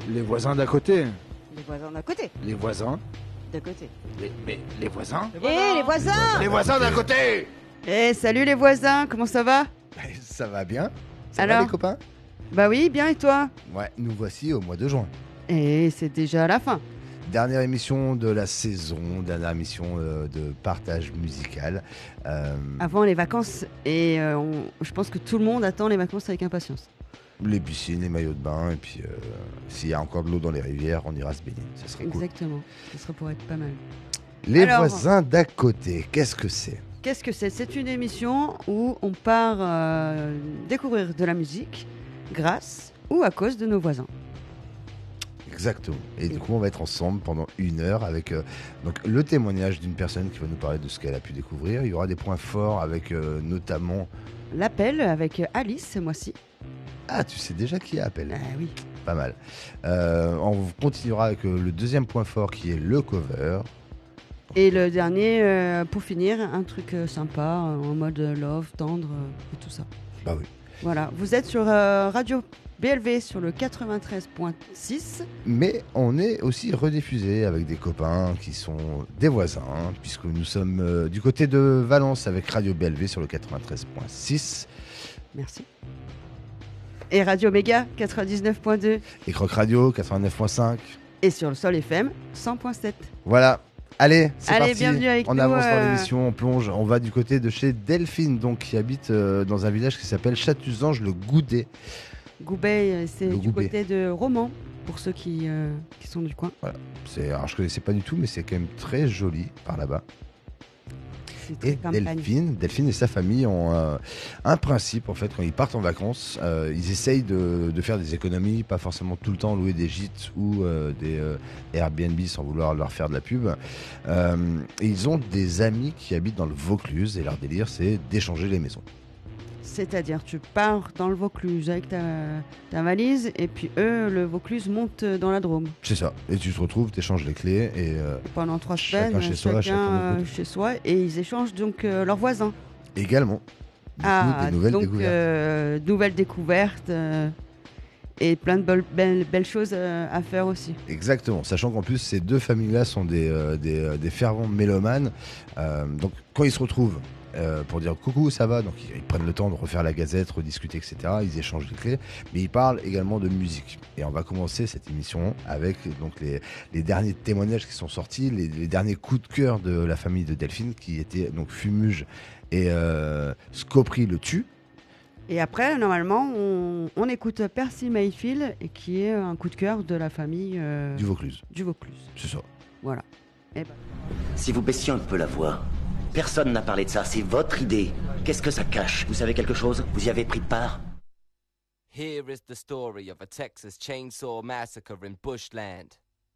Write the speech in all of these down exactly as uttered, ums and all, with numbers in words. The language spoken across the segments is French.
Les voisins d'à côté. Les voisins d'à côté. Les voisins. D'à côté. Les, mais les voisins. Eh, les voisins. Les voisins d'à côté. Eh, salut les voisins, comment ça va? Ça va bien? Ça Alors va les copains? Bah oui, bien et toi? Ouais, nous voici au mois de juin. Et c'est déjà à la fin. Dernière émission de la saison, dernière émission euh, de partage musical. Euh, Avant les vacances, et euh, on- je pense que tout le monde attend les vacances avec impatience. les piscines, les maillots de bain, et puis euh, s'il y a encore de l'eau dans les rivières, on ira se baigner. Ça serait cool. Exactement, ça serait pour être pas mal. Les Alors- voisins d'à côté, qu'est-ce que c'est? Qu'est-ce que c'est? C'est une émission où on part euh, découvrir de la musique grâce ou à cause de nos voisins. Exactement. Et du coup, on va être ensemble pendant une heure avec euh, donc, le témoignage d'une personne qui va nous parler de ce qu'elle a pu découvrir. Il y aura des points forts avec euh, notamment... L'appel avec Alice ce mois-ci. Ah, tu sais déjà qui appelle. Ah oui. Pas mal. Euh, on continuera avec euh, le deuxième point fort qui est le cover. Et le dernier, euh, pour finir, un truc euh, sympa, euh, en mode love, tendre euh, et tout ça. Bah oui. Voilà, vous êtes sur euh, Radio B L V sur le quatre-vingt-treize point six. Mais on est aussi rediffusé avec des copains qui sont des voisins, hein, puisque nous sommes euh, du côté de Valence avec Radio B L V sur le quatre-vingt-treize point six. Merci. Et Radio Méga quatre-vingt-dix-neuf point deux. Et Croc Radio quatre-vingt-neuf point cinq. Et sur le Sol F M cent point sept. Voilà. Allez, c'est Allez, parti. bienvenue avec on nous, avance dans euh, l'émission, on plonge. On va du côté de chez Delphine, donc qui habite euh, dans un village qui s'appelle Chatuzange-le-Goudet. Goubet, euh, c'est Le du Goubet. côté de Romans, pour ceux qui, euh, qui sont du coin. Voilà. C'est, alors je connaissais pas du tout, mais c'est quand même très joli par là-bas. C'est très Et campagne. Delphine, Delphine et sa famille ont un, un principe en fait quand ils partent en vacances, euh, ils essayent de, de faire des économies, pas forcément tout le temps louer des gîtes ou euh, des euh, Airbnb sans vouloir leur faire de la pub. Euh, et ils ont des amis qui habitent dans le Vaucluse et leur délire c'est d'échanger les maisons. C'est-à-dire, tu pars dans le Vaucluse avec ta, ta valise, et puis eux, le Vaucluse monte dans la Drôme. C'est ça. Et tu te retrouves, tu échanges les clés et euh, Pendant trois Chacun semaines, chez soi, chacun de notre euh, côté. chez soi, et ils échangent donc euh, leurs voisins. également du coup, Ah, des nouvelles donc découvertes. euh, nouvelles découvertes euh, et plein de bol- belles, belles choses euh, à faire aussi. Exactement, sachant qu'en plus ces deux familles-là sont des, euh, des, euh, des fervents mélomanes. Euh, donc quand ils se retrouvent euh, pour dire coucou, ça va, donc ils, ils prennent le temps de refaire la gazette, rediscuter, et cetera. Ils échangent les clés, mais ils parlent également de musique. Et on va commencer cette émission avec donc les, les derniers témoignages qui sont sortis, les, les derniers coups de cœur de la famille de Delphine, qui étaient donc Fumuge et euh, Scopri le tue. Et après, normalement, on, on écoute Percy Mayfield, et qui est un coup de cœur de la famille euh, Du Vaucluse, du Vaucluse. c'est ça. Voilà. Et ben, Si vous baissiez un peu la voix. Personne n'a parlé de ça, c'est votre idée. Qu'est-ce que ça cache? Vous savez quelque chose? Vous y avez pris part? Here is the story of a Texas chainsaw massacre in bushland.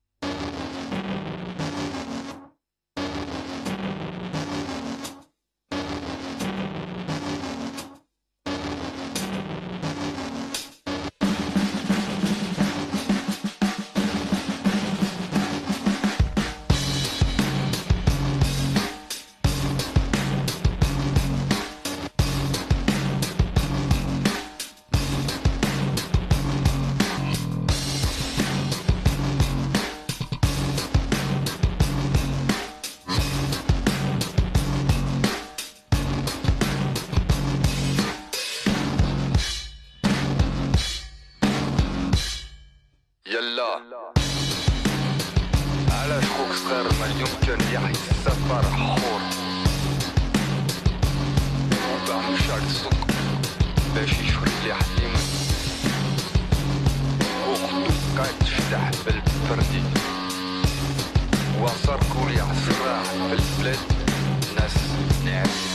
يلا علاش خوك صغير ما يمكن يحيي السفر حور وباع مشى للسوق باش يشوي لي حليم وخدو قاعد تفتح بالفردي وصار كوريا عالصراح في البلاد ناس ناعس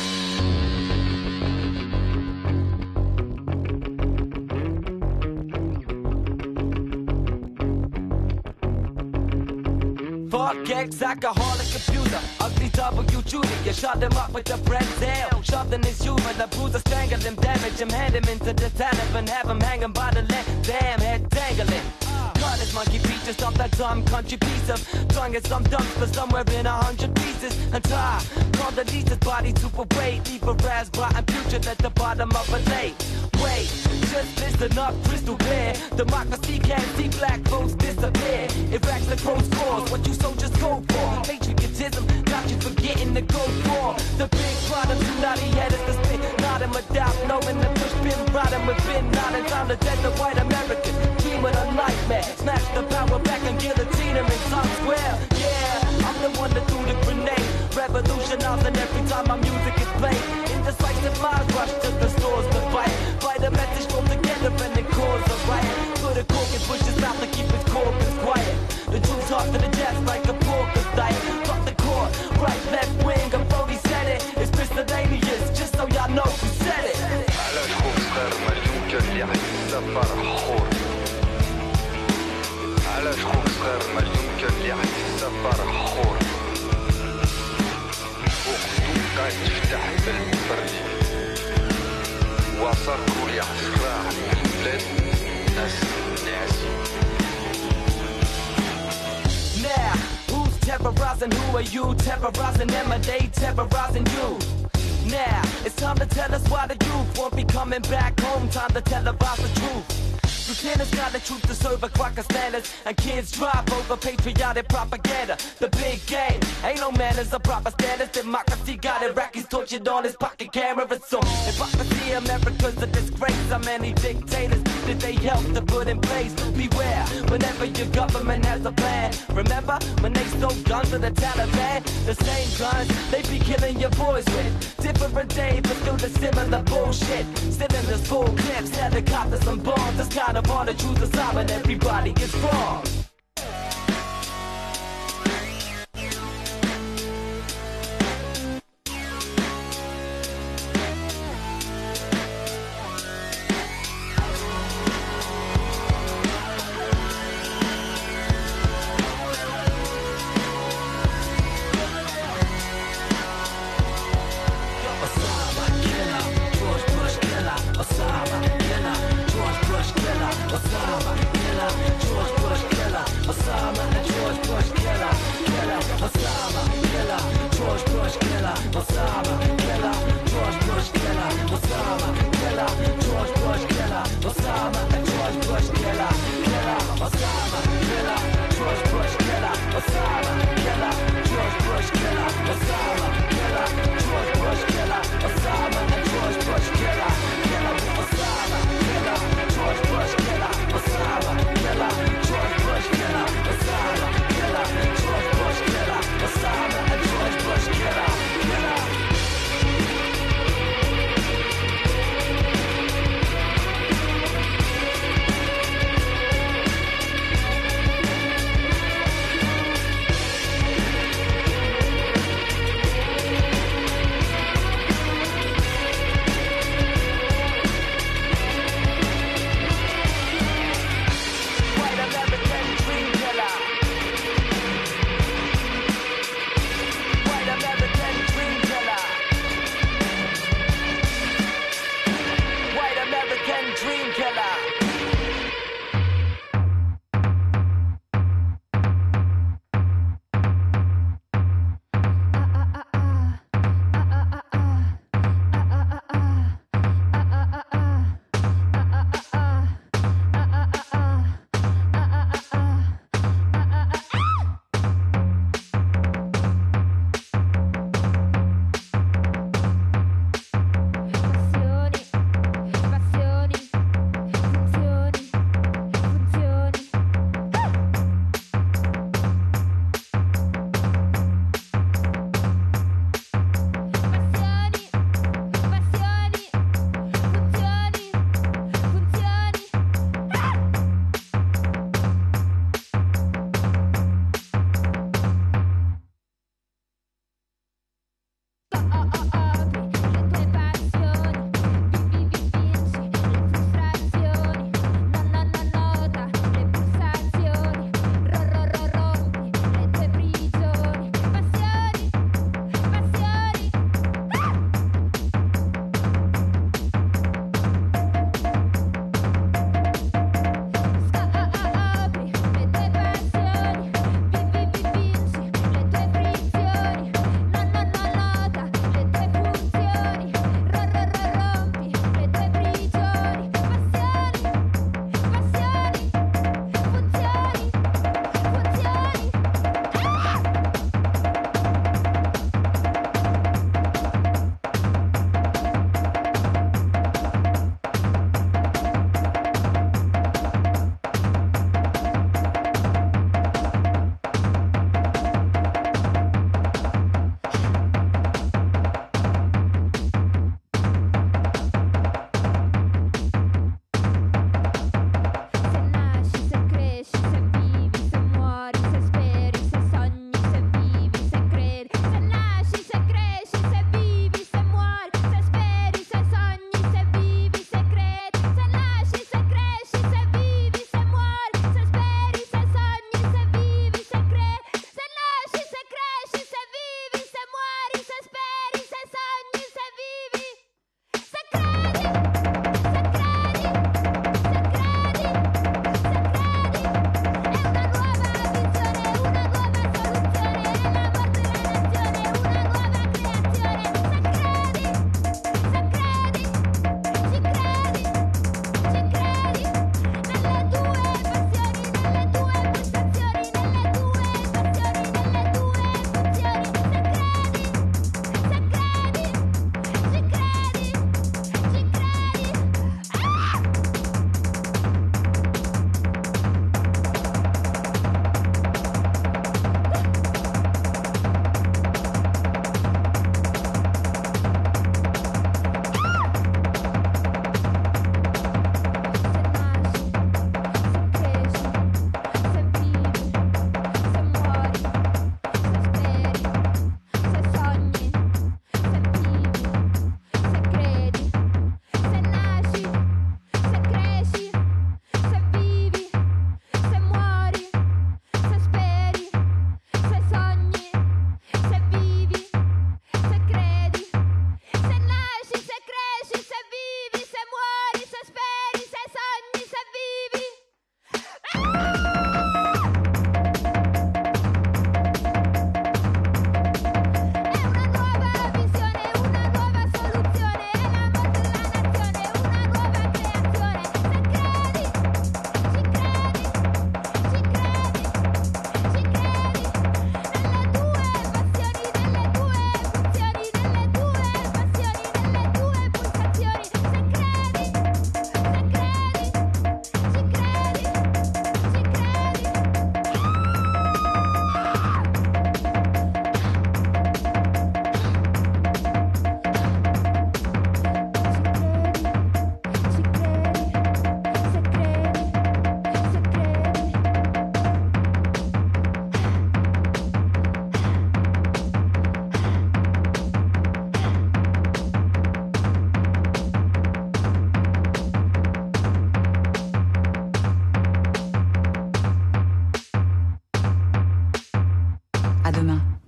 Fuck ex, alcoholic abuser, ugly W Judy. You shot him up with your friend's tail, shoved in his humor, the bruiser strangled him, damage him, hand him into the Taliban, have him hanging by the leg, damn head dangling. Cut his monkey features, stuffed the some country piece of tongue and some dumps for somewhere in a hundred pieces. And tie, call the least body superweight. Leave a ras rotten future at the bottom of a lake. Wait, just listen up, crystal clear. Democracy can't see black folks disappear. It racks the gross scores, what you soldiers go for. Patriotism got you forgetting to go for. The big product, you naughty headed to spit. Not in my doubt, knowing the push been riding with bin. Not in time to dead the white American. Dream of a nightmare. Snatch the power back and guillotine him in Times Square. Yeah, I'm the one that threw the grenade. Revolutionizing every time my music is played. Indecisive minds rush to the stores to fight. Fight a message from together and then cause a riot. Put a cork in Bush's mouth to keep his corpus quiet. The truth's hard to digest like a porcupine diet. Fuck the court, right, left wing, I'm Brody said it. It's miscellaneous, just so y'all know who said it. علاش خوك صغير ما يمكن اللي يحس فرحور علاش خوك صغير ما يمكن اللي يحس فرحور وقتو قاعد تفتح بالبردي وصار كل يحفراح في البلاد ناس ناسي. Now, who's terrorizing? Who are you terrorizing them? Are they terrorizing you? Now, it's time to tell us why the youth won't be coming back home. Time to televise the truth. Lieutenants got the truth to serve a cracker standards. And kids drive over patriotic propaganda. The big game, ain't no manners or proper standards. Democracy got Iraqis tortured on his pocket camera. It's so hypocrisy, America's a disgrace. How many dictators did they help to put in place? Beware, whenever your government has a plan. Remember when they stole guns to the Taliban? The same guns they be killing your boys with. Different day, but still the similar bullshit. Still in the school clips, helicopters and bombs. That's kind of all the truth aside when everybody is wrong.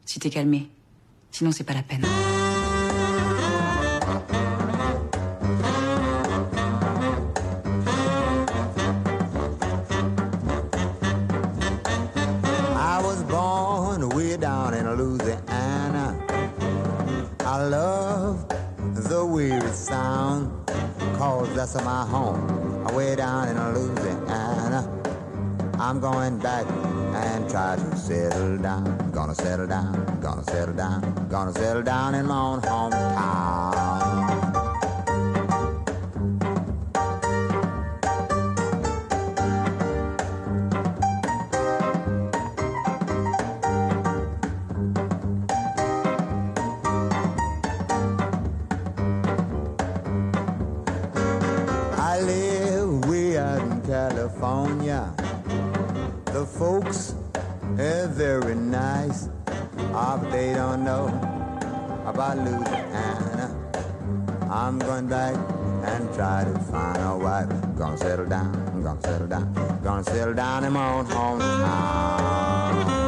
si t'es calmé. Sinon, c'est pas la peine. I was born way down in Louisiana. I love the weird sound, cause that's my home, way down in Louisiana. I'm going back and try to settle down. Gonna settle down, gonna settle down, gonna settle down in my own hometown. I live way out in California. The folks are very nice. Ah, but they don't know about Louisiana. I'm going back and try to find a wife. Gonna settle down, gonna settle down, gonna settle down in my own hometown.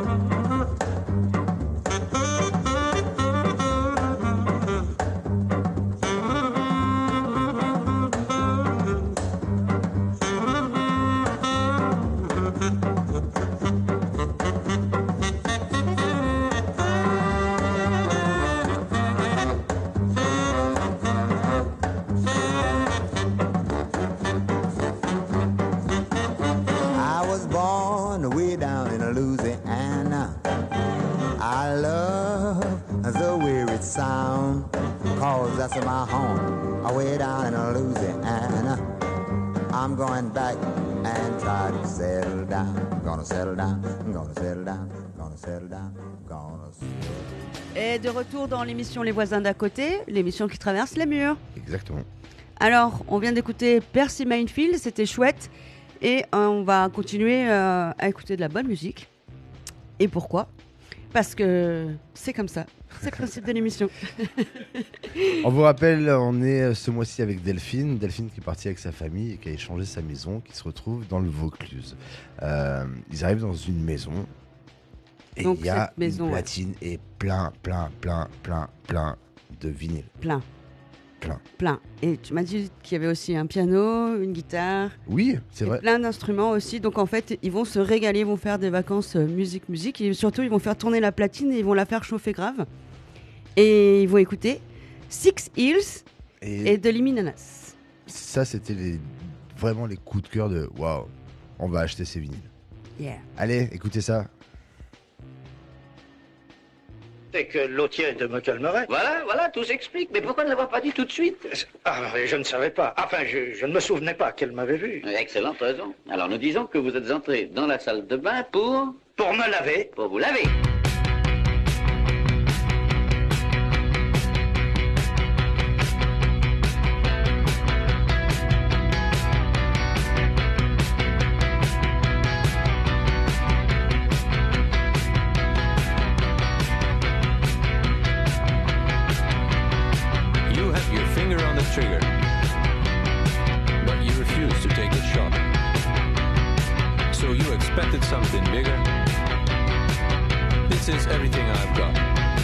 I was born way down in Louisiana. I love the weird sound, cause that's my home, way down in Louisiana. I'm going back and try to settle down. Gonna settle down, gonna settle down, gonna settle down, gonna settle. Et de retour dans l'émission Les voisins d'à côté, l'émission qui traverse les murs. Exactement. Alors, on vient d'écouter Percy Mainfield, c'était chouette. Et euh, on va continuer euh, à écouter de la bonne musique. Et pourquoi ? Parce que c'est comme ça. C'est le principe de l'émission. On vous rappelle, on est euh, ce mois-ci avec Delphine. Delphine qui est partie avec sa famille et qui a échangé sa maison, qui se retrouve dans le Vaucluse. Euh, ils arrivent dans une maison. Et Donc, il y a cette maison, une ouais. platine et plein, plein, plein, plein, plein de vinyles. Plein, Plein. plein. Et tu m'as dit qu'il y avait aussi un piano, une guitare, Oui, c'est et vrai. plein d'instruments aussi. Donc en fait, ils vont se régaler, ils vont faire des vacances euh, musique, musique. Et surtout, ils vont faire tourner la platine et ils vont la faire chauffer grave. Et ils vont écouter Six Hills Et, et de Liminanas. ça, c'était les, vraiment les coups de cœur de waouh, on va acheter ces vinyles. Yeah. Allez, écoutez ça. C'est que l'autier de me calmerait. Voilà, voilà, tout s'explique. Mais pourquoi ne l'avoir pas dit tout de suite? Ah, je ne savais pas. Enfin, je, je ne me souvenais pas qu'elle m'avait vu. Excellente raison. Alors nous disons que vous êtes entré dans la salle de bain pour... Pour me laver. Pour vous laver. You have your finger on the trigger, but you refuse to take the shot. So you expected something bigger. This is everything I've got.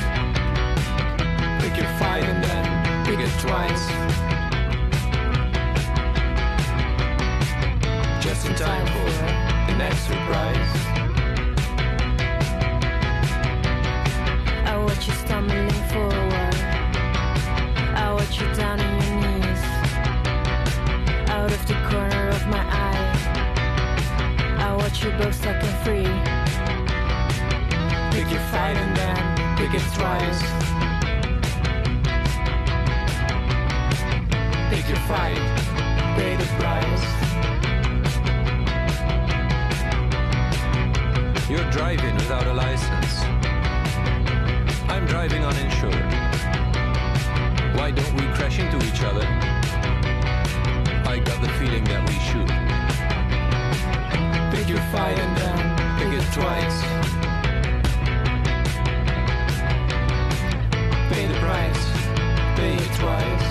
Pick your fight and then pick it twice. Just in time for the next surprise. I watch you stumbling forward. I watch you down on your knees. Out of the corner of my eye, I watch you both stuck and free. Pick your fight and then pick it twice. Pick your fight, pay the price. You're driving without a license. I'm driving uninsured. Why don't we crash into each other? I got the feeling that we should. Pick your fight and then pick it twice. Pay the price, pay it twice.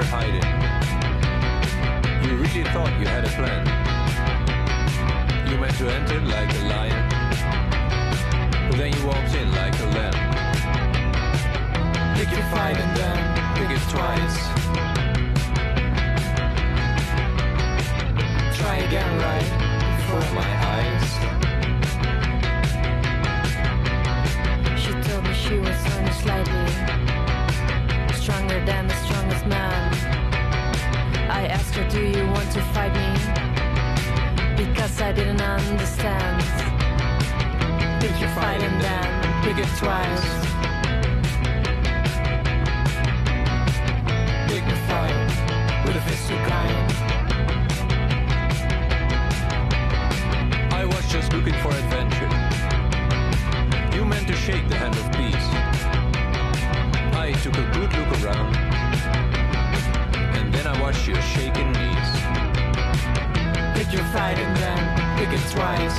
were hiding. You really thought you had a plan. You meant to enter like a lion, but then you walked in like a lamb. Pick your fight and then pick it twice. Try again right before my eyes. She told me she was only slightly stronger than the strongest man. I asked her, do you want to fight me? Because I didn't understand. Pick your fight and then pick it twice. Dignified with a fist too kind. I was just looking for adventure. You meant to shake the hand of peace. I took a good look around, and then I watched your shaking knees. Pick your fight and then pick it twice.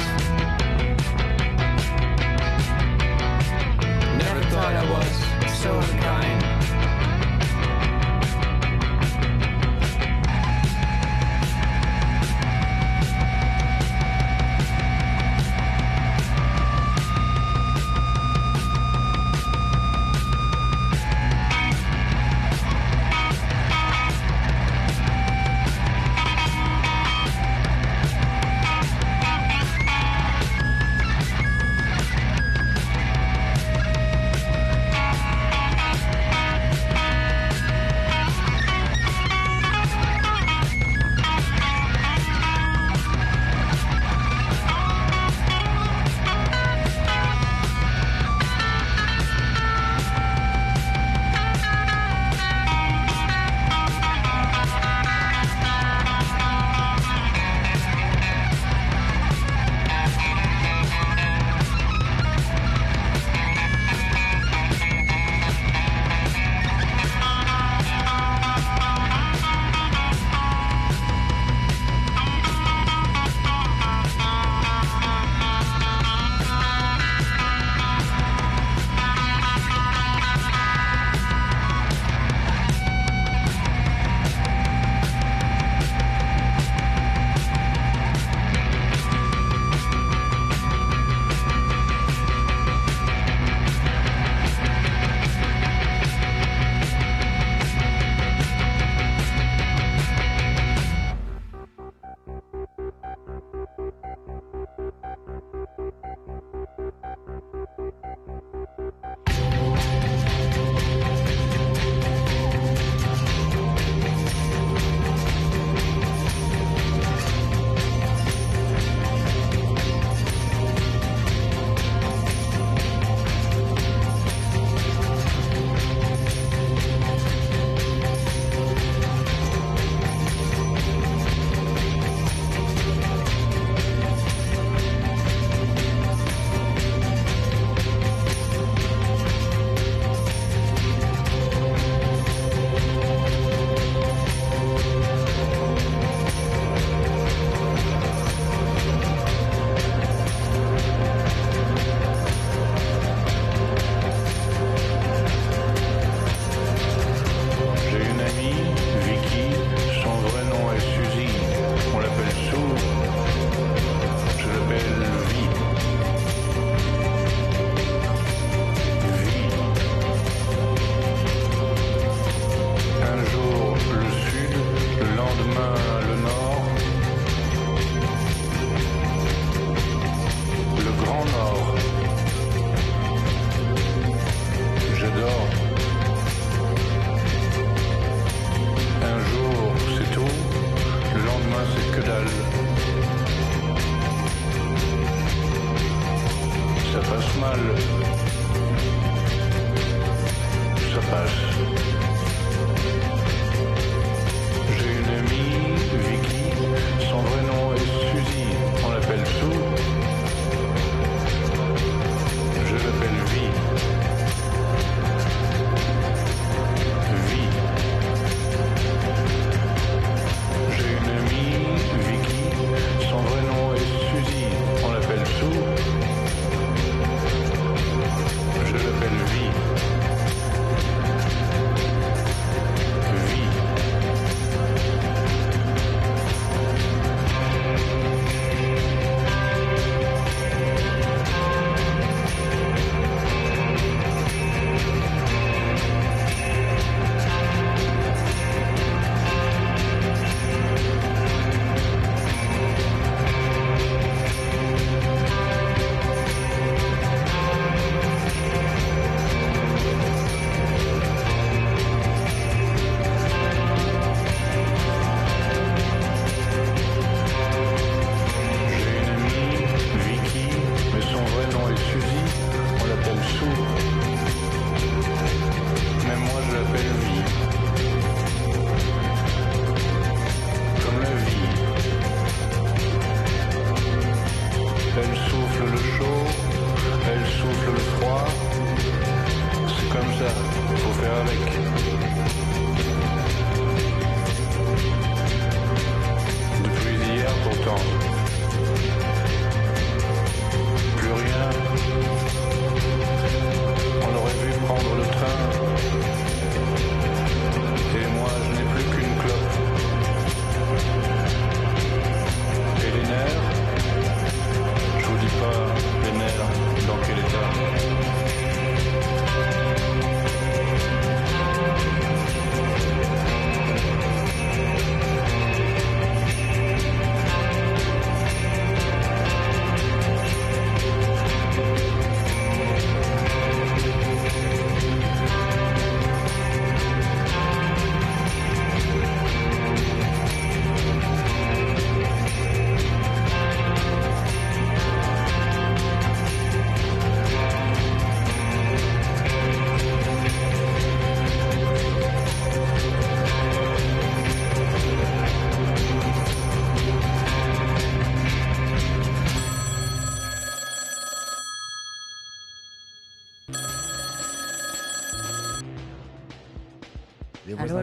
Never thought I was so unkind.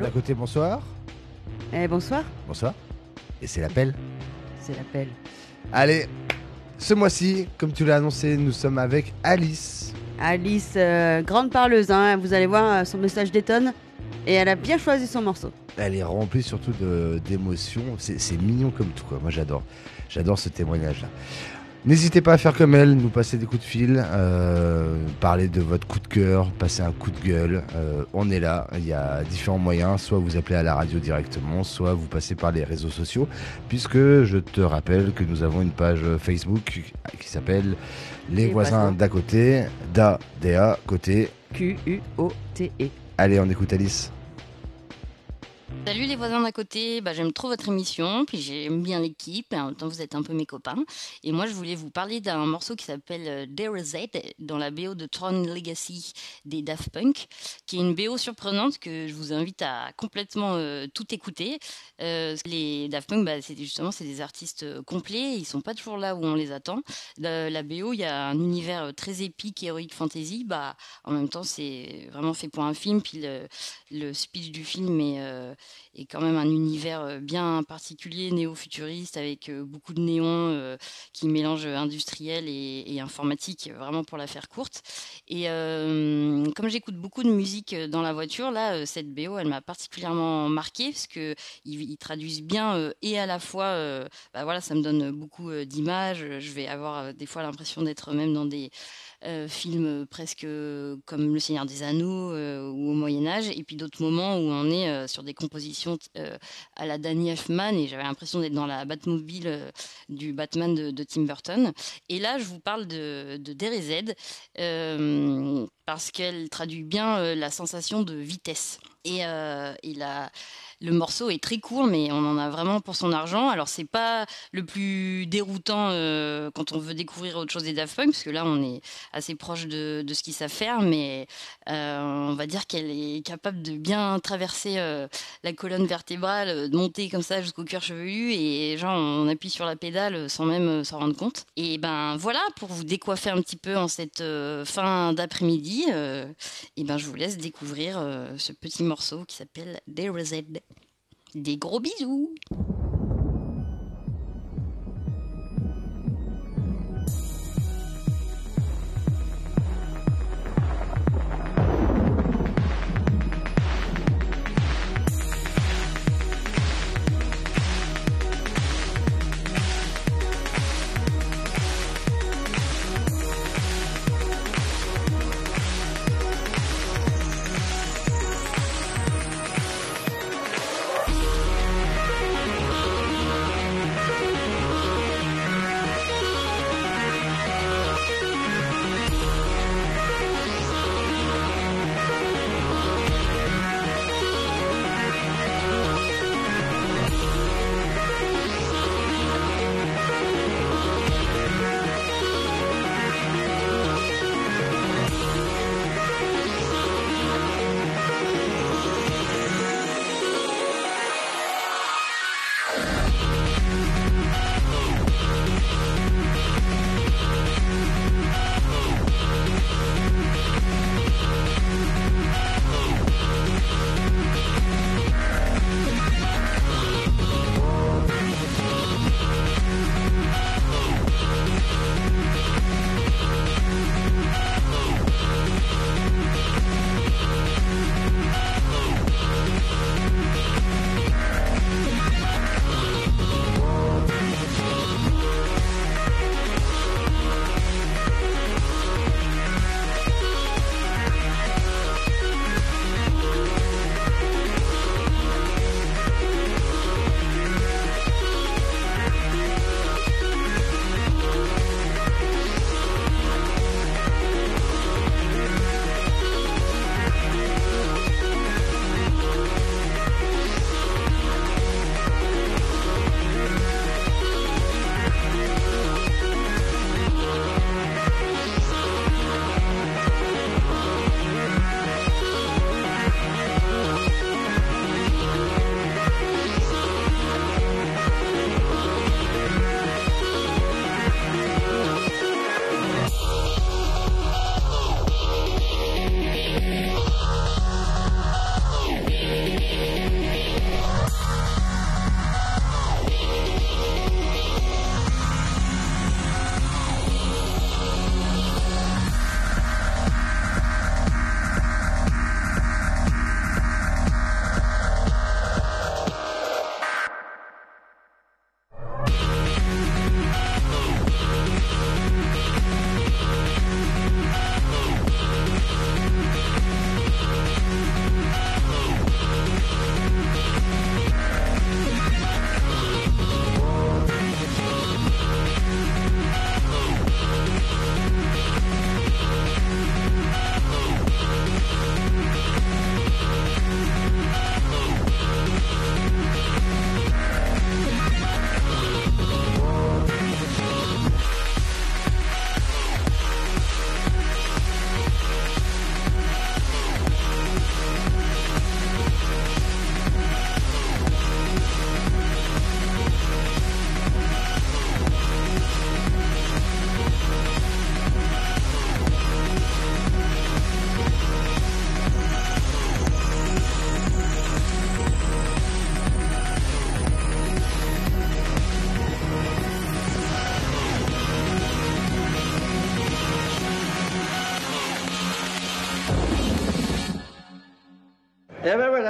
d'à côté, bonsoir. Eh, bonsoir. Bonsoir. Et c'est l'appel. C'est l'appel. Allez, ce mois-ci, comme tu l'as annoncé, nous sommes avec Alice. Alice, euh, grande parleuse, hein. Vous allez voir, son message détonne. Et elle a bien choisi son morceau. Elle est remplie surtout de, d'émotions. C'est, c'est mignon comme tout, quoi. Moi, j'adore. J'adore ce témoignage-là. N'hésitez pas à faire comme elle, nous passer des coups de fil, euh, parler de votre coup de cœur, passer un coup de gueule. Euh, on est là, il y a différents moyens. Soit vous appelez à la radio directement, soit vous passez par les réseaux sociaux. Puisque je te rappelle que nous avons une page Facebook qui s'appelle Les, les voisins, voisins d'à côté, d'A, D A, côté. Q U O T E. Allez, on écoute Alice. Salut les voisins d'à côté, bah, j'aime trop votre émission, puis j'aime bien l'équipe, et en même temps vous êtes un peu mes copains. Et moi je voulais vous parler d'un morceau qui s'appelle There Is Z dans la B O de Tron Legacy des Daft Punk, qui est une B O surprenante que je vous invite à complètement euh, tout écouter. Euh, les Daft Punk, bah, c'est justement c'est des artistes euh, complets, ils sont pas toujours là où on les attend. La, la B O, il y a un univers très épique, heroic fantasy, bah, en même temps c'est vraiment fait pour un film, puis le, le speech du film est... Euh, et quand même un univers bien particulier, néo-futuriste, avec beaucoup de néons euh, qui mélangent industriel et, et informatique, vraiment pour la faire courte. Et euh, comme j'écoute beaucoup de musique dans la voiture, là, cette B O, elle m'a particulièrement marquée, parce qu'ils ils traduisent bien euh, et à la fois, euh, bah voilà, ça me donne beaucoup euh, d'images, je vais avoir euh, des fois l'impression d'être même dans des... Euh, films presque euh, comme Le Seigneur des Anneaux euh, ou au Moyen-Âge, et puis d'autres moments où on est euh, sur des compositions euh, à la Danny Elfman, et j'avais l'impression d'être dans la Batmobile euh, du Batman de, de Tim Burton. Et là, je vous parle de, de D R Z euh, parce qu'elle traduit bien euh, la sensation de vitesse. Et, euh, et la... Le morceau est très court, mais on en a vraiment pour son argent. Alors, c'est pas le plus déroutant euh, quand on veut découvrir autre chose des Daft Punk, parce que là, on est assez proche de, de ce qu'ils savent faire, mais euh, on va dire qu'elle est capable de bien traverser euh, la colonne vertébrale, de monter comme ça jusqu'au cuir chevelu, et genre, on appuie sur la pédale sans même s'en rendre compte. Et ben voilà, pour vous décoiffer un petit peu en cette euh, fin d'après-midi, euh, et ben je vous laisse découvrir euh, ce petit morceau qui s'appelle There Is Z. Des gros bisous.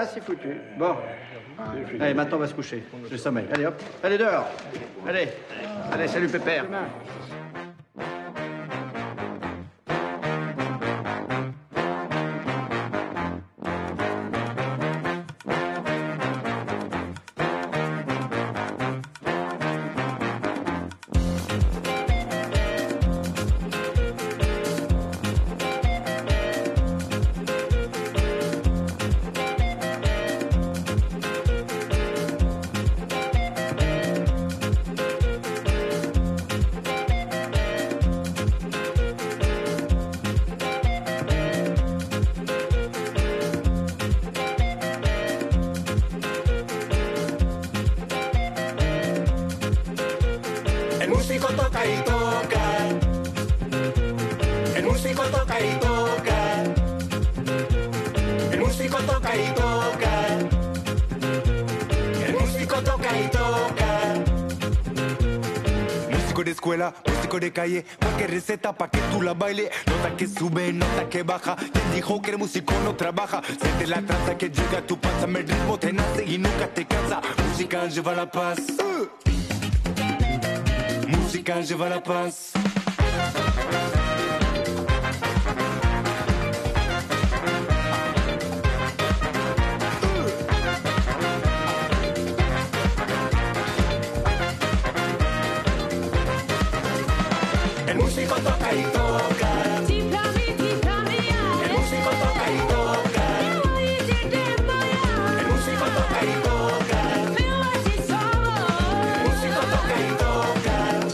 c'est foutu. Bon. Allez, maintenant on va se coucher. Le sommeil. Allez hop. Allez dehors. Allez. Allez, salut Pépère. Músico de calle, pa' que receta, pa' que tú la baile. Nota que sube, nota que baja. ¿Quién dijo que el músico no trabaja? Siente la tranza que llega a tu panza. El ritmo te nace y nunca te cansa. Música lleva la paz. Uh. Música lleva la paz. Toca y toca. El músico toca y toca. El músico toca y toca. El músico toca y toca.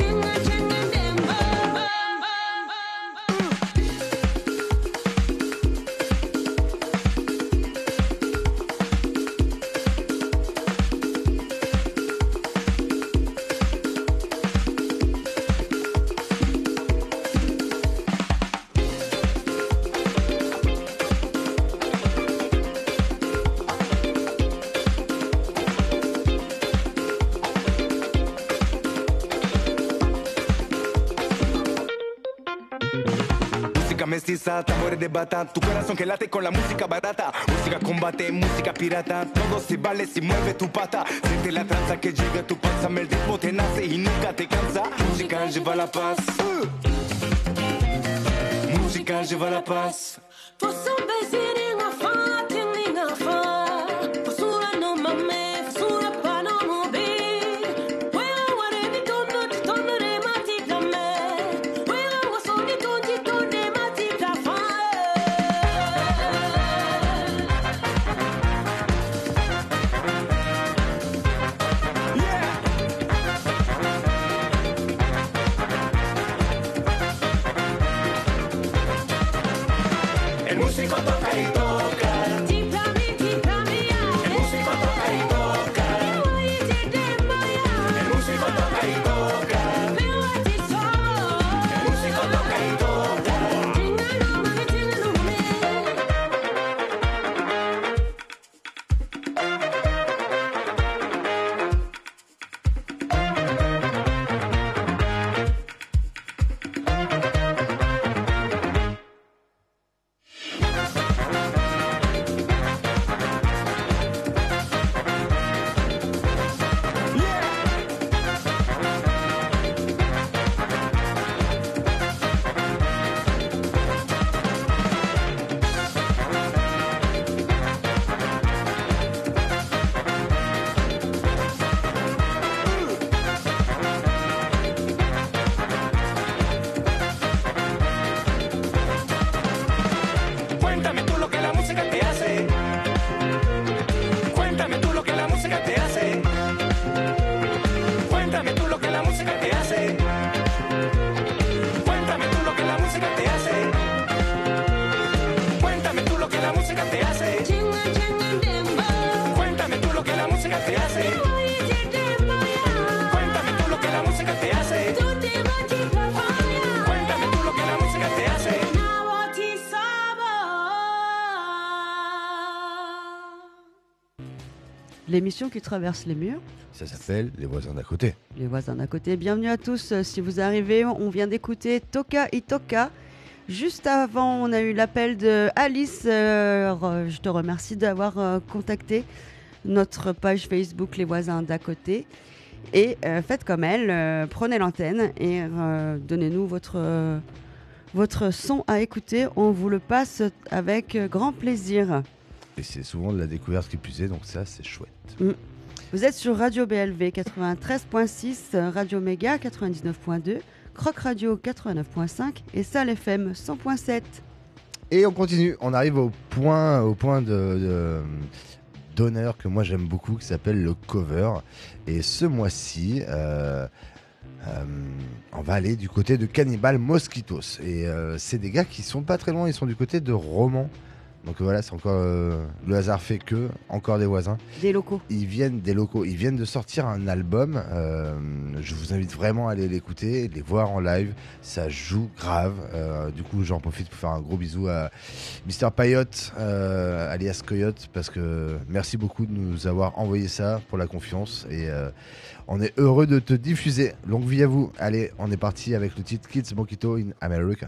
Mestiza, tambores de bata, tu corazón que late con la música barata. Música combate, música pirata, todo se vale si mueve tu pata. Siente la tranza que llega a tu panza, el ritmo te nace y nunca te cansa. Música lleva la paz. Uh. Música lleva la paz. El músico toca y toca. El músico toca y toca. El músico toca y toca. El músico toca y toca. Cuéntame tú lo que la música te hace. Cuéntame tú lo que la música te hace. Cuéntame tú lo que la música te hace. Cuéntame tú lo que la música te hace. Cuéntame tú lo que la música te hace. Cuéntame tú lo que la música te hace. Cuéntame tú lo que la música te hace. Cuéntame tú lo que la música te hace. L'émission qui traverse les murs. Ça s'appelle Les voisins d'à côté. Les voisins d'à côté. Bienvenue à tous. Si vous arrivez, on vient d'écouter Toka Itoka Juste avant, on a eu l'appel de Alice. Euh, je te remercie d'avoir euh, contacté notre page Facebook Les Voisins d'à côté. Et euh, faites comme elle, euh, prenez l'antenne et euh, donnez-nous votre, euh, votre son à écouter. On vous le passe avec grand plaisir. Et c'est souvent de la découverte qui plus est, donc ça, c'est chouette. Mm. Vous êtes sur Radio B L V quatre-vingt-treize virgule six, Radio Méga quatre-vingt-dix-neuf virgule deux, Croc Radio quatre-vingt-neuf virgule cinq et Sal F M cent virgule sept. Et on continue, on arrive au point, au point de, de, d'honneur que moi j'aime beaucoup, qui s'appelle le cover. Et ce mois-ci, euh, euh, on va aller du côté de Cannibal Mosquitos. Et euh, c'est des gars qui sont pas très loin, ils sont du côté de Romans. Donc voilà, c'est encore euh, le hasard fait que, encore des voisins. Des locaux. Ils viennent des locaux. Ils viennent de sortir un album. Euh, je vous invite vraiment à aller l'écouter, les voir en live. Ça joue grave. Euh, du coup, j'en profite pour faire un gros bisou à Mister Payotte, euh, alias Coyote, parce que merci beaucoup de nous avoir envoyé ça pour la confiance. Et euh, on est heureux de te diffuser. Longue vie à vous. Allez, on est parti avec le titre Kids Mojito in America.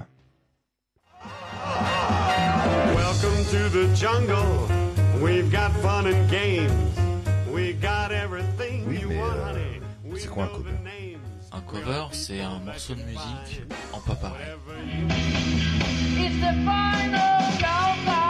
Welcome to the jungle. We've got fun and games. We got everything Oui, you mais want, euh, honey. c'est quoi un cover? Un cover, c'est un morceau de musique en pas pareil. It's the final countdown.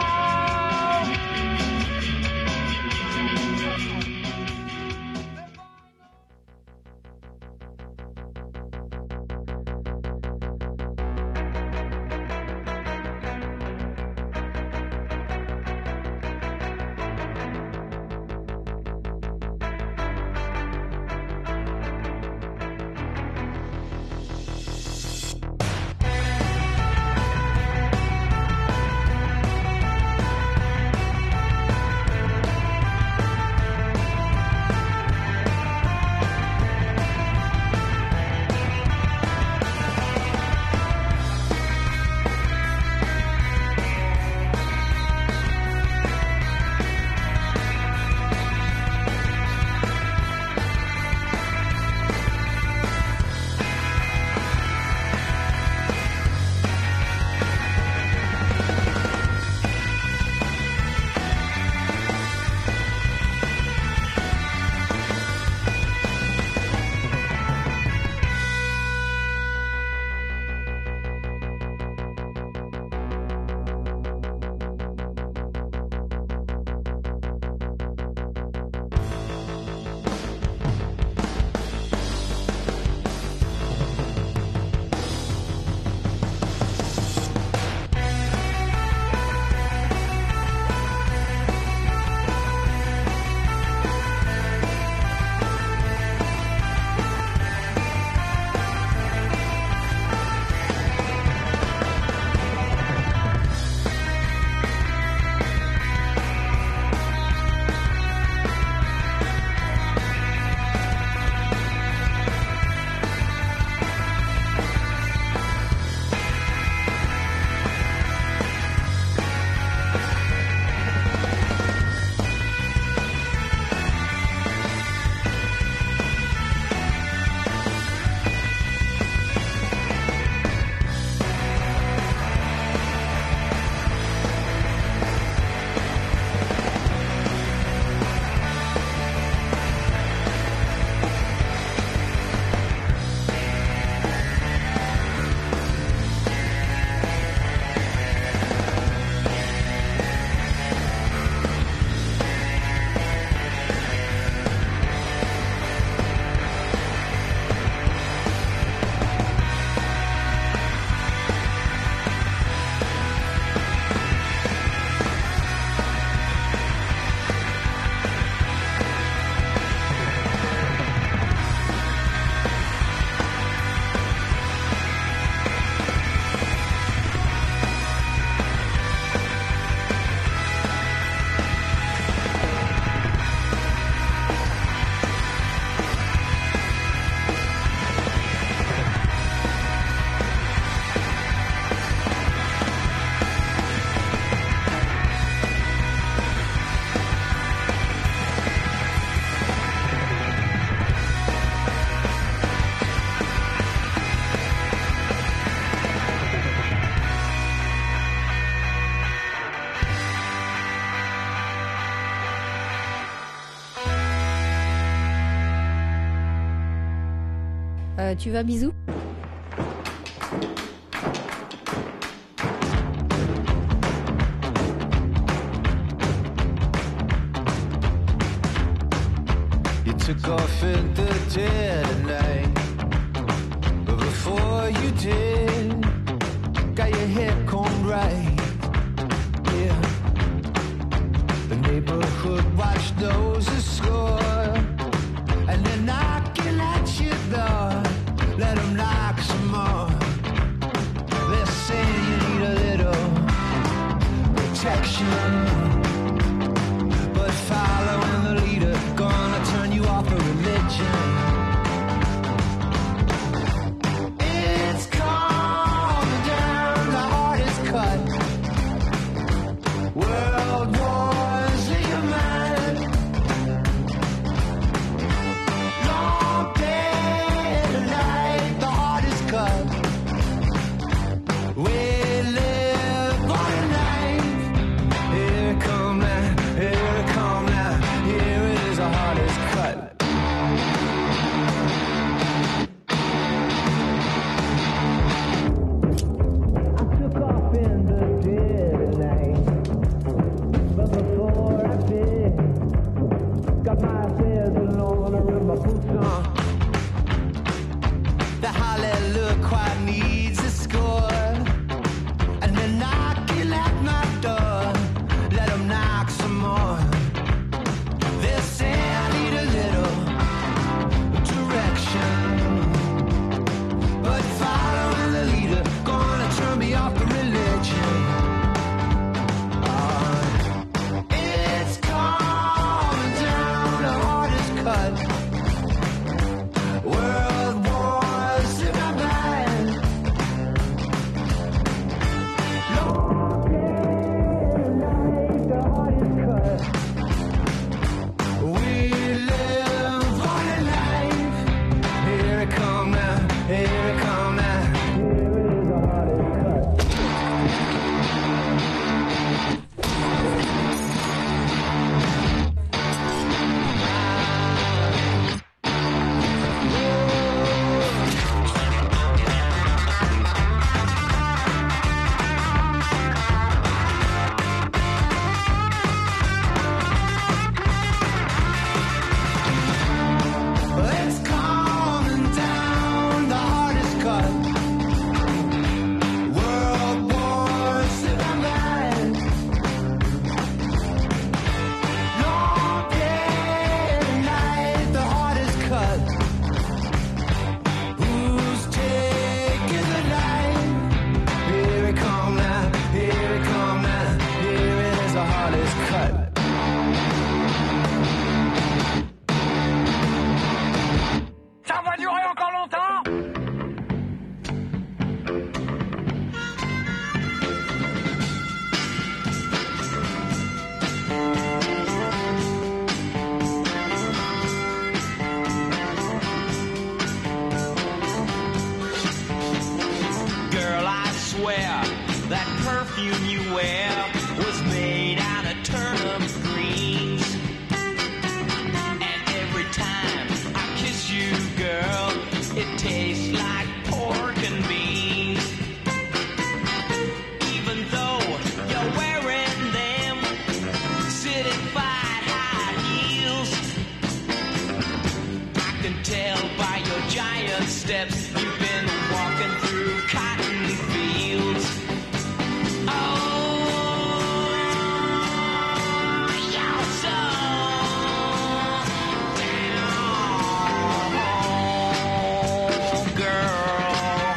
We'll be right back. Euh, tu vas, bisous? You took off in the dead of night, but before you did, got your hair combed right. Yeah, the neighborhood watch knows the score, and they're knocking at your door. Let them knock some more. They're saying you need a little protection, but following the leader gonna turn you off of religion. It's calming down, the heart is cut. World wars in your mind. Long day to night, the heart is cut. We live on a knife. Here it come now, here it come now. Here it is, the heart is cut. I took off in the dead of night, but before I did, got my affairs alone and my boots on. The hallelujah choir needs a score, and they're knocking at my door. Let them knock some more. They say I need a little direction, but following the leader gonna turn me off the religion. Ah, it's calming down, the heart is cut. World wars in my mind. Long day and night, the heart is cut. We live on a life. Here it come now, here it come now. Here it is, the heart is cut. It's calming down, the heart is cut. World wars in my mind. Long day and night, the heart is cut. Who's taking the night? Here it come now, here it come now. Here it is, the heart is cut. Ça va durer encore longtemps? Girl, I swear that perfume you wear was made out of turnip greens. And every time I kiss you, girl, it tastes like pork and beans. Even though you're wearing them certified high heels, I can tell by your giant steps you've been walking through cotton fields. Oh, you're so down, girl.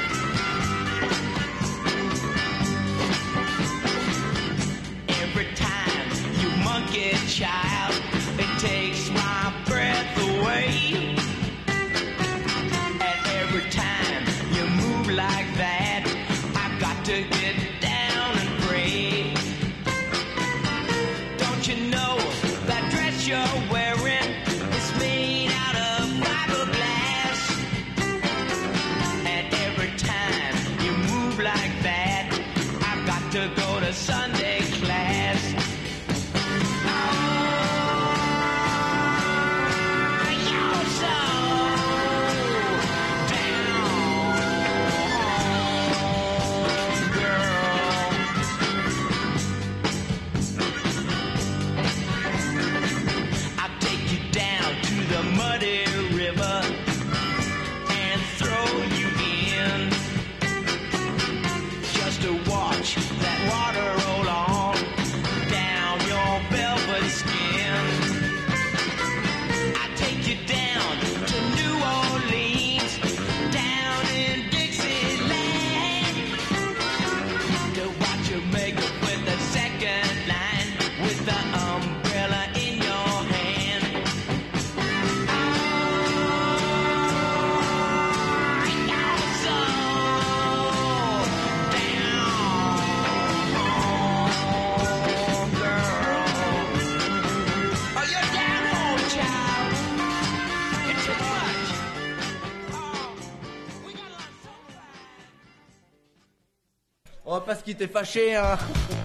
Every time you monkey child, it takes my breath away. And every time you move like that, I've got to get down and pray. Don't you know that dress you're wearing is made out of fiberglass? And every time you move like that, I've got to go to Sunday class. Oh, you're so va pas se quitter fâché, hein.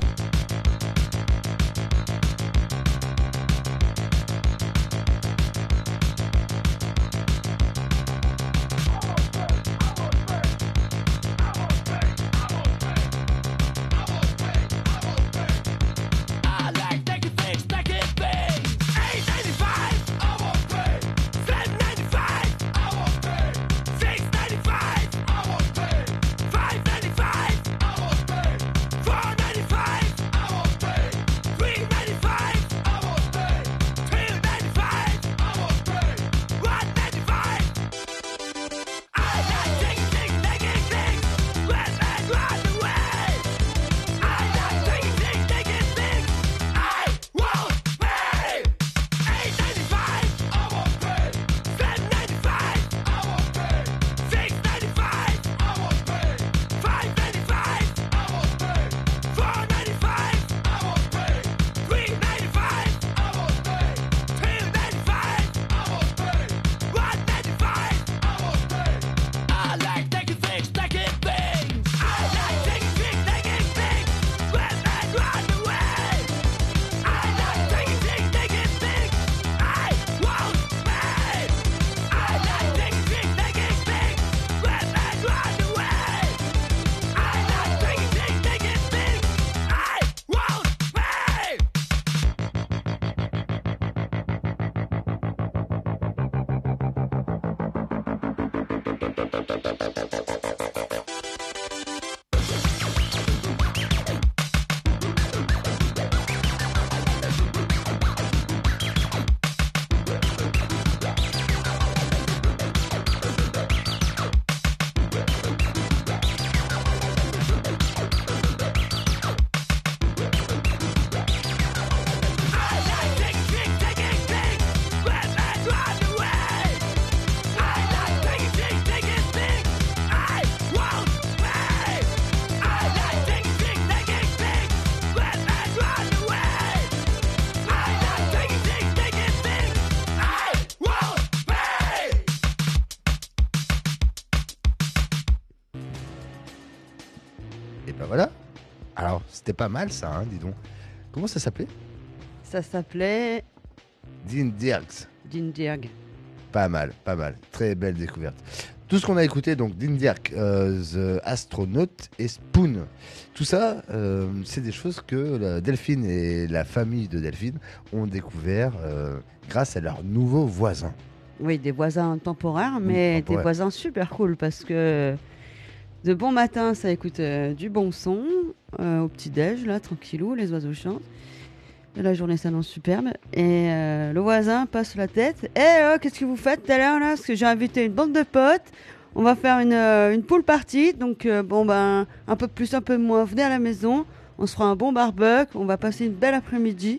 Et ben voilà. Alors, c'était pas mal ça, hein, dis donc. Comment ça s'appelait? Ça s'appelait Dean Dierks. Dean Dierks. Pas mal, pas mal. Très belle découverte. Tout ce qu'on a écouté, donc Dean Dierks, euh, The Astronaut et Spoon. Tout ça, euh, c'est des choses que la Delphine et la famille de Delphine ont découvert euh, grâce à leurs nouveaux voisins. Oui, des voisins temporaires, mais Oui, temporaires. des voisins super cool parce que de bon matin, ça écoute euh, du bon son euh, au petit-déj, là, tranquillou, les oiseaux chantent. Et la journée s'annonce superbe. Et euh, le voisin passe la tête. Eh, oh, qu'est-ce que vous faites tout à l'heure là? Parce que j'ai invité une bande de potes. On va faire une, euh, une pool party. Donc, euh, bon, ben, un peu plus, un peu moins. Venez à la maison. On se fera un bon barbecue. On va passer une belle après-midi.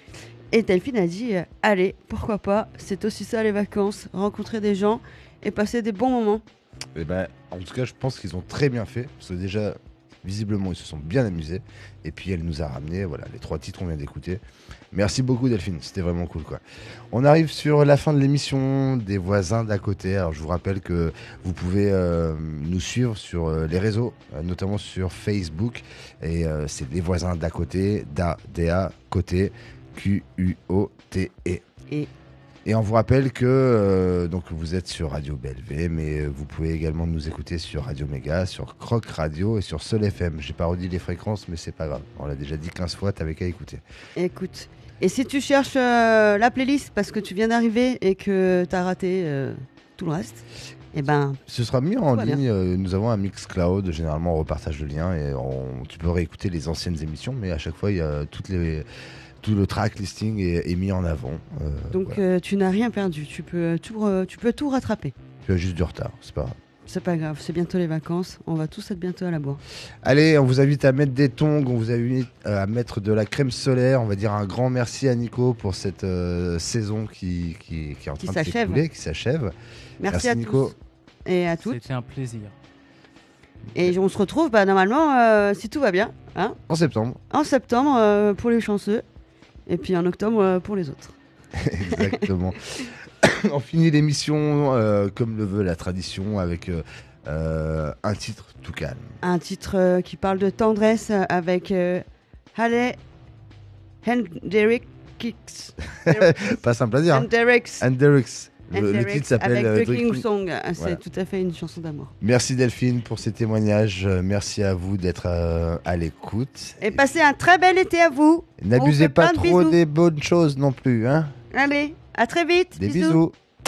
Et Delphine a dit, euh, allez, pourquoi pas. C'est aussi ça les vacances. Rencontrer des gens et passer des bons moments. Et ben, en tout cas, je pense qu'ils ont très bien fait. Parce que déjà, visiblement, ils se sont bien amusés. Et puis, elle nous a ramené voilà, les trois titres qu'on vient d'écouter. Merci beaucoup, Delphine. C'était vraiment cool, quoi. On arrive sur la fin de l'émission des voisins d'à côté. Alors, je vous rappelle que vous pouvez euh, nous suivre sur euh, les réseaux, euh, notamment sur Facebook. Et euh, c'est les voisins d'à côté, da, D-A, côté, Q U O T E. Et Et on vous rappelle que euh, donc vous êtes sur Radio B L V, mais euh, vous pouvez également nous écouter sur Radio Méga, sur Croc Radio et sur Sol F M. J'ai pas redit les fréquences, mais c'est pas grave. On l'a déjà dit quinze fois, t'avais qu'à écouter. Écoute, et si tu cherches euh, la playlist parce que tu viens d'arriver et que tu as raté euh, tout le reste, eh ben, Ce sera mis en va ligne. bien. euh, nous avons un Mixcloud. Généralement, on repartage le lien et on- tu peux réécouter les anciennes émissions, mais à chaque fois, il y a toutes les, tout le track listing est, est mis en avant. Euh, donc voilà. euh, tu n'as rien perdu. Tu peux tout, re- tu peux tout rattraper. Tu as juste du retard, c'est pas grave. C'est pas grave, c'est bientôt les vacances. On va tous être bientôt à la bourre. Allez, on vous invite à mettre des tongs, on vous invite euh, à mettre de la crème solaire. On va dire un grand merci à Nico pour cette euh, saison qui, qui, qui est en Qui train de s'achève. s'écouler, qui s'achève. Merci, à Nico. tous et à toutes. C'était un plaisir. Et on se retrouve bah, normalement, euh, si tout va bien, hein, En septembre. en septembre euh, pour les chanceux et puis en octobre euh, pour les autres. Exactement. On finit l'émission euh, comme le veut la tradition avec euh, Euh, un titre tout calme. Un titre euh, qui parle de tendresse euh, avec euh, Halle Hendricks. Pas simple à dire. Hendricks. Hendricks. Le, le Hendricks titre s'appelle avec euh, Drinking Drinking- Song. C'est Voilà. tout à fait une chanson d'amour. Merci Delphine pour ces témoignages. Euh, Merci à vous d'être euh, à l'écoute. Et passez un très bel été à vous. On N'abusez vous fait pas plein de trop bisous. des bonnes choses non plus. Hein. Allez, à très vite. Des bisous.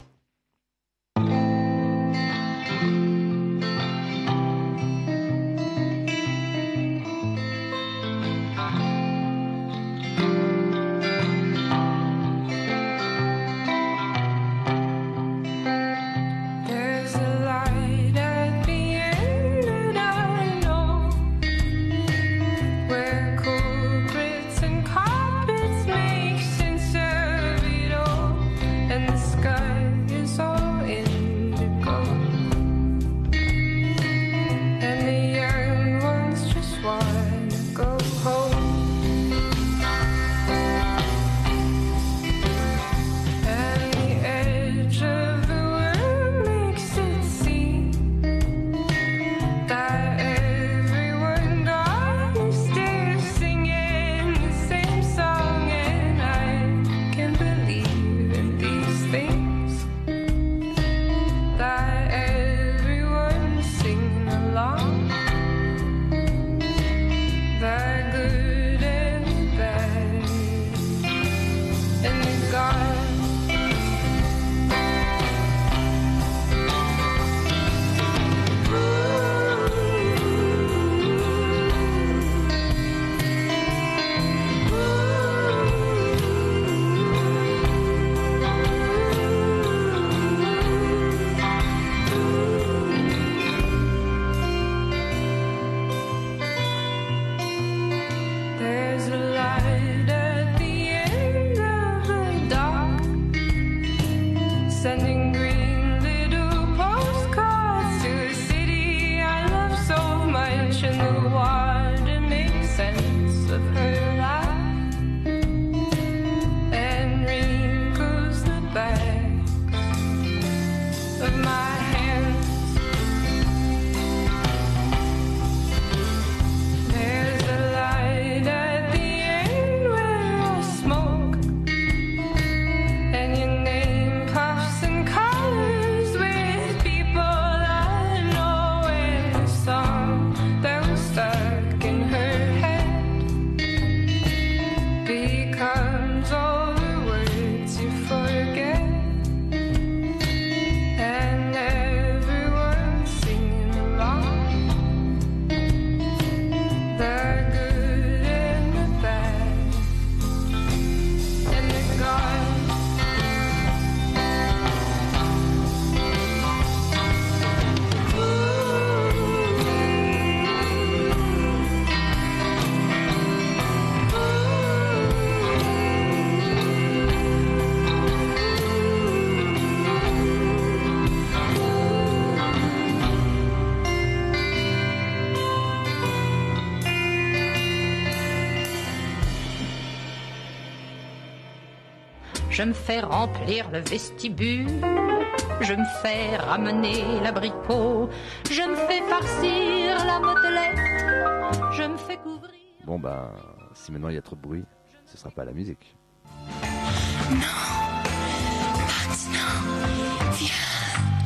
There's a light at the end and I know where cool grits and carpets make sense of it all, and the sky is all indigo, and the young ones just wanna go home. And the edge of the world makes it seem that everyone gonna stay singing the same song, and I can believe in these things, that everyone's singing along, the good and the bad, and the God. There's a light at the end of the dock, sending green little postcards to a city I love so much, and the water makes sense of her life and wrinkles the backs of my hands. There's a light at the end where I smoke, and your name puffs and colors with people I know, and the song that was stuck in her head becomes all the words you forget, and everyone's singing along, the good and the bad, and the God. Je me fais remplir le vestibule, je me fais ramener l'abricot, je me fais farcir la motelette, je me fais couvrir. Bon bah, si maintenant il y a trop de bruit, ce sera pas la musique. Non, Max, non, viens.